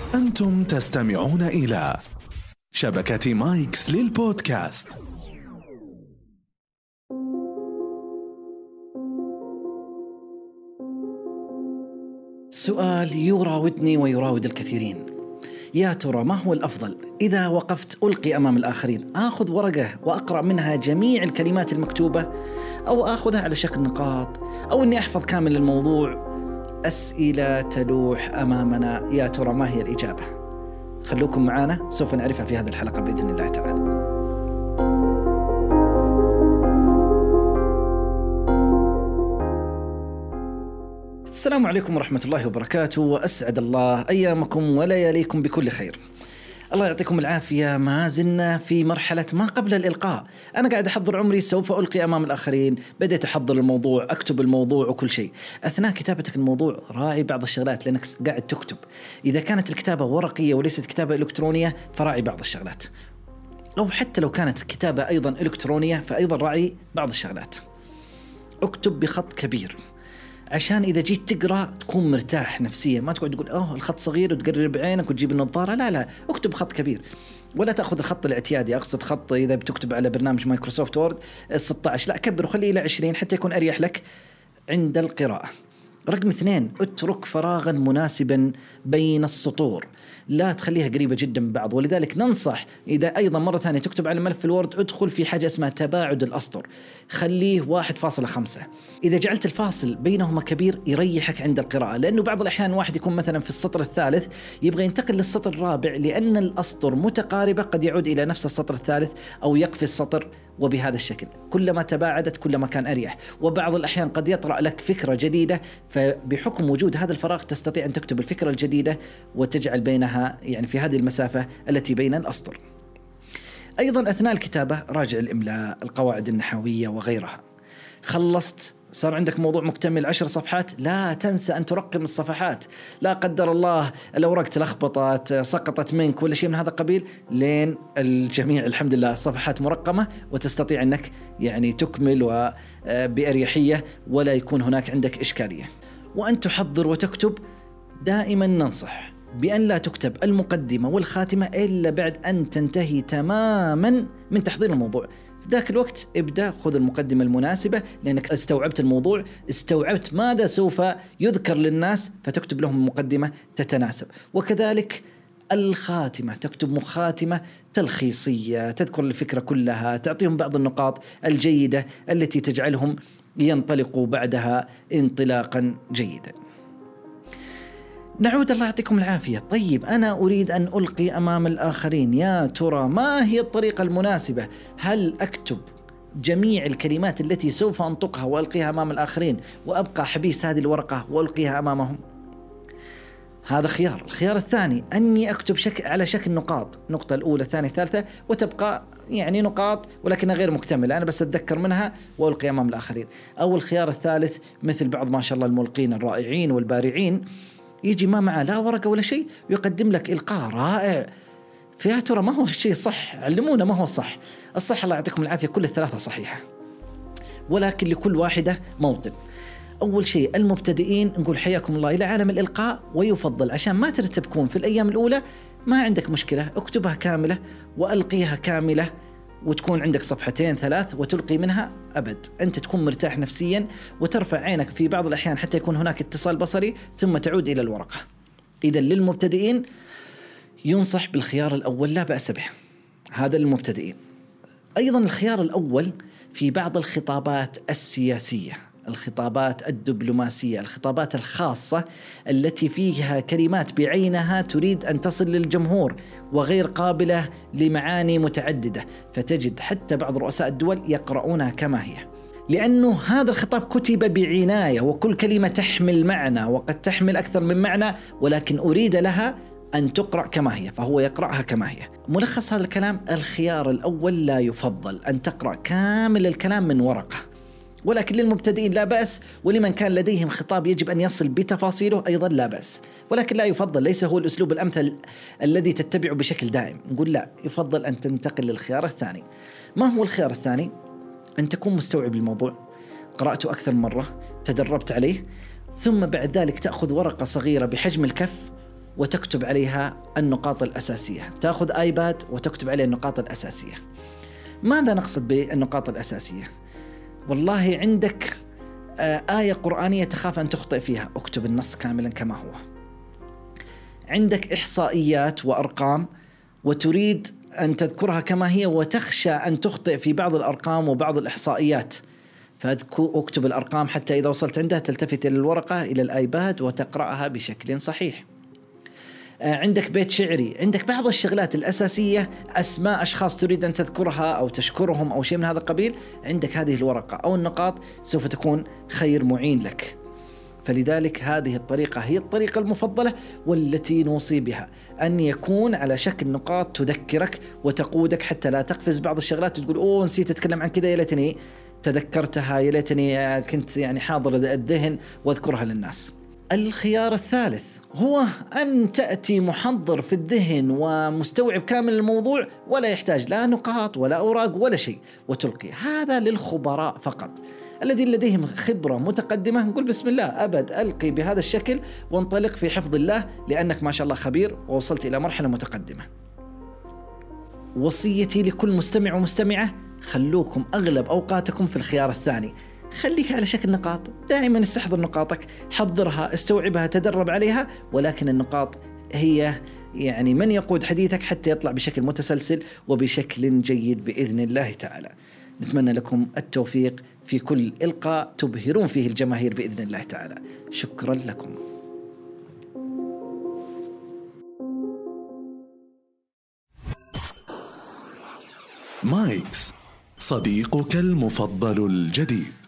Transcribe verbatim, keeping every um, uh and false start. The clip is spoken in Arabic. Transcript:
أنتم تستمعون إلى شبكة مايكس للبودكاست. سؤال يراودني ويراود الكثيرين: يا ترى ما هو الأفضل؟ إذا وقفت ألقي أمام الآخرين أخذ ورقة وأقرأ منها جميع الكلمات المكتوبة، أو أخذها على شكل نقاط، أو أني أحفظ كامل الموضوع؟ أسئلة تلوح أمامنا، يا ترى ما هي الإجابة؟ خلوكم معنا، سوف نعرفها في هذه الحلقة بإذن الله تعالى. السلام عليكم ورحمة الله وبركاته، وأسعد الله أيامكم ولياليكم بكل خير. الله يعطيكم العافية. ما زلنا في مرحلة ما قبل الإلقاء. أنا قاعد أحضر عمري، سوف ألقي أمام الآخرين، بديت أحضر الموضوع، أكتب الموضوع وكل شيء. أثناء كتابتك الموضوع راعي بعض الشغلات، لأنك قاعد تكتب. إذا كانت الكتابة ورقية وليست كتابة إلكترونية فراعي بعض الشغلات، أو حتى لو كانت الكتابة أيضا إلكترونية فأيضا راعي بعض الشغلات. اكتب بخط كبير عشان إذا جيت تقرأ تكون مرتاح نفسيا، ما تقعد تقول أوه الخط صغير وتقرب عينك وتجيب النظارة. لا لا، اكتب خط كبير، ولا تأخذ الخط الاعتيادي. أقصد خط إذا بتكتب على برنامج مايكروسوفت وورد ستة عشر، لا كبر وخليه إلى عشرين حتى يكون أريح لك عند القراءة. رقم اثنين، اترك فراغا مناسبا بين السطور، لا تخليها قريبة جدا من بعض. ولذلك ننصح إذا أيضا مرة ثانية تكتب على ملف الوورد، ادخل في حاجة اسمها تباعد الأسطر، خليه واحد فاصلة خمسة. إذا جعلت الفاصل بينهما كبير يريحك عند القراءة، لأنه بعض الأحيان واحد يكون مثلا في السطر الثالث يبغى ينتقل للسطر الرابع، لأن الأسطر متقاربة قد يعود إلى نفس السطر الثالث أو يقفي السطر، وبهذا الشكل كلما تباعدت كلما كان أريح. وبعض الأحيان قد يطرأ لك فكرة جديدة، فبحكم وجود هذا الفراغ تستطيع أن تكتب الفكرة الجديدة وتجعل بينها يعني في هذه المسافة التي بين الأسطر. أيضا أثناء الكتابة راجع الإملاء، القواعد النحوية وغيرها. خلصت، صار عندك موضوع مكتمل عشر صفحات، لا تنسى أن ترقم الصفحات. لا قدر الله الأوراق تلخبطت، سقطت منك ولا شيء من هذا القبيل، لين الجميع الحمد لله الصفحات مرقمة، وتستطيع أنك يعني تكمل وبأريحية ولا يكون هناك عندك إشكالية. وأن تحضر وتكتب، دائما ننصح بأن لا تكتب المقدمة والخاتمة إلا بعد أن تنتهي تماما من تحضير الموضوع. في ذاك الوقت ابدأ، خذ المقدمة المناسبة، لأنك استوعبت الموضوع، استوعبت ماذا سوف يذكر للناس، فتكتب لهم مقدمة تتناسب. وكذلك الخاتمة، تكتب مخاتمة تلخيصية تذكر الفكرة كلها، تعطيهم بعض النقاط الجيدة التي تجعلهم ينطلقوا بعدها انطلاقا جيدا. نعود، الله يعطيكم العافية. طيب أنا أريد أن ألقي أمام الآخرين، يا ترى ما هي الطريقة المناسبة؟ هل أكتب جميع الكلمات التي سوف أنطقها وألقيها أمام الآخرين وأبقى حبيس هذه الورقة وألقيها أمامهم؟ هذا خيار. الخيار الثاني أني أكتب شك... على شكل نقاط، نقطة الأولى الثانية الثالثة، وتبقى يعني نقاط ولكنها غير مكتملة، أنا بس أتذكر منها وألقي أمام الآخرين. أو الخيار الثالث مثل بعض ما شاء الله الملقين الرائعين والبارعين، يجي ما معه لا ورقة ولا شيء ويقدم لك إلقاء رائع. فيا ترى ما هو الشيء صح؟ علمونا ما هو الصح. الصح الله يعطيكم العافية كل الثلاثة صحيحة، ولكن لكل واحدة موطن. أول شيء المبتدئين نقول حياكم الله إلى عالم الإلقاء، ويفضل عشان ما ترتبكون في الأيام الأولى ما عندك مشكلة، اكتبها كاملة وألقيها كاملة، وتكون عندك صفحتين ثلاث وتلقي منها أبد. أنت تكون مرتاح نفسيا وترفع عينك في بعض الأحيان حتى يكون هناك اتصال بصري ثم تعود إلى الورقة. إذا للمبتدئين ينصح بالخيار الأول، لا بأس به، هذا للمبتدئين. أيضا الخيار الأول في بعض الخطابات السياسية، الخطابات الدبلوماسية، الخطابات الخاصة التي فيها كلمات بعينها تريد أن تصل للجمهور وغير قابلة لمعاني متعددة، فتجد حتى بعض رؤساء الدول يقرؤونها كما هي، لأنه هذا الخطاب كتب بعناية وكل كلمة تحمل معنى وقد تحمل أكثر من معنى، ولكن أريد لها أن تقرأ كما هي، فهو يقرأها كما هي. ملخص هذا الكلام، الخيار الأول لا يفضل أن تقرأ كامل الكلام من ورقة، ولكن للمبتدئين لا بأس، ولمن كان لديهم خطاب يجب أن يصل بتفاصيله أيضا لا بأس، ولكن لا يفضل، ليس هو الأسلوب الأمثل الذي تتبعه بشكل دائم. نقول لا، يفضل أن تنتقل للخيار الثاني. ما هو الخيار الثاني؟ أن تكون مستوعب الموضوع، قرأته أكثر مرة، تدربت عليه، ثم بعد ذلك تأخذ ورقة صغيرة بحجم الكف وتكتب عليها النقاط الأساسية. تأخذ آيباد وتكتب عليه النقاط الأساسية. ماذا نقصد بالنقاط الأساسية؟ والله عندك آية قرآنية تخاف أن تخطئ فيها، اكتب النص كاملا كما هو. عندك إحصائيات وأرقام وتريد أن تذكرها كما هي وتخشى أن تخطئ في بعض الأرقام وبعض الإحصائيات، فاكتب الأرقام حتى إذا وصلت عندها تلتفت إلى الورقة إلى الآيباد وتقرأها بشكل صحيح. عندك بيت شعري، عندك بعض الشغلات الأساسية، أسماء أشخاص تريد أن تذكرها أو تشكرهم أو شيء من هذا القبيل، عندك هذه الورقة أو النقاط سوف تكون خير معين لك. فلذلك هذه الطريقة هي الطريقة المفضلة والتي نوصي بها، أن يكون على شكل نقاط تذكرك وتقودك حتى لا تقفز بعض الشغلات وتقول أوه نسيت أتكلم عن كذا، يا ليتني تذكرتها، يا ليتني كنت يعني حاضر الذهن وأذكرها للناس. الخيار الثالث هو أن تأتي محضر في الذهن ومستوعب كامل الموضوع ولا يحتاج لا نقاط ولا أوراق ولا شيء وتلقي. هذا للخبراء فقط، الذين لديهم خبرة متقدمة. نقول بسم الله أبد ألقي بهذا الشكل وانطلق في حفظ الله، لأنك ما شاء الله خبير ووصلت إلى مرحلة متقدمة. وصيتي لكل مستمع ومستمعة، خلوكم أغلب أوقاتكم في الخيار الثاني، خليك على شكل نقاط، دائما استحضر نقاطك، حضرها، استوعبها، تدرب عليها، ولكن النقاط هي يعني من يقود حديثك حتى يطلع بشكل متسلسل وبشكل جيد بإذن الله تعالى. نتمنى لكم التوفيق في كل إلقاء تبهرون فيه الجماهير بإذن الله تعالى. شكرا لكم. مايكس صديقك المفضل الجديد.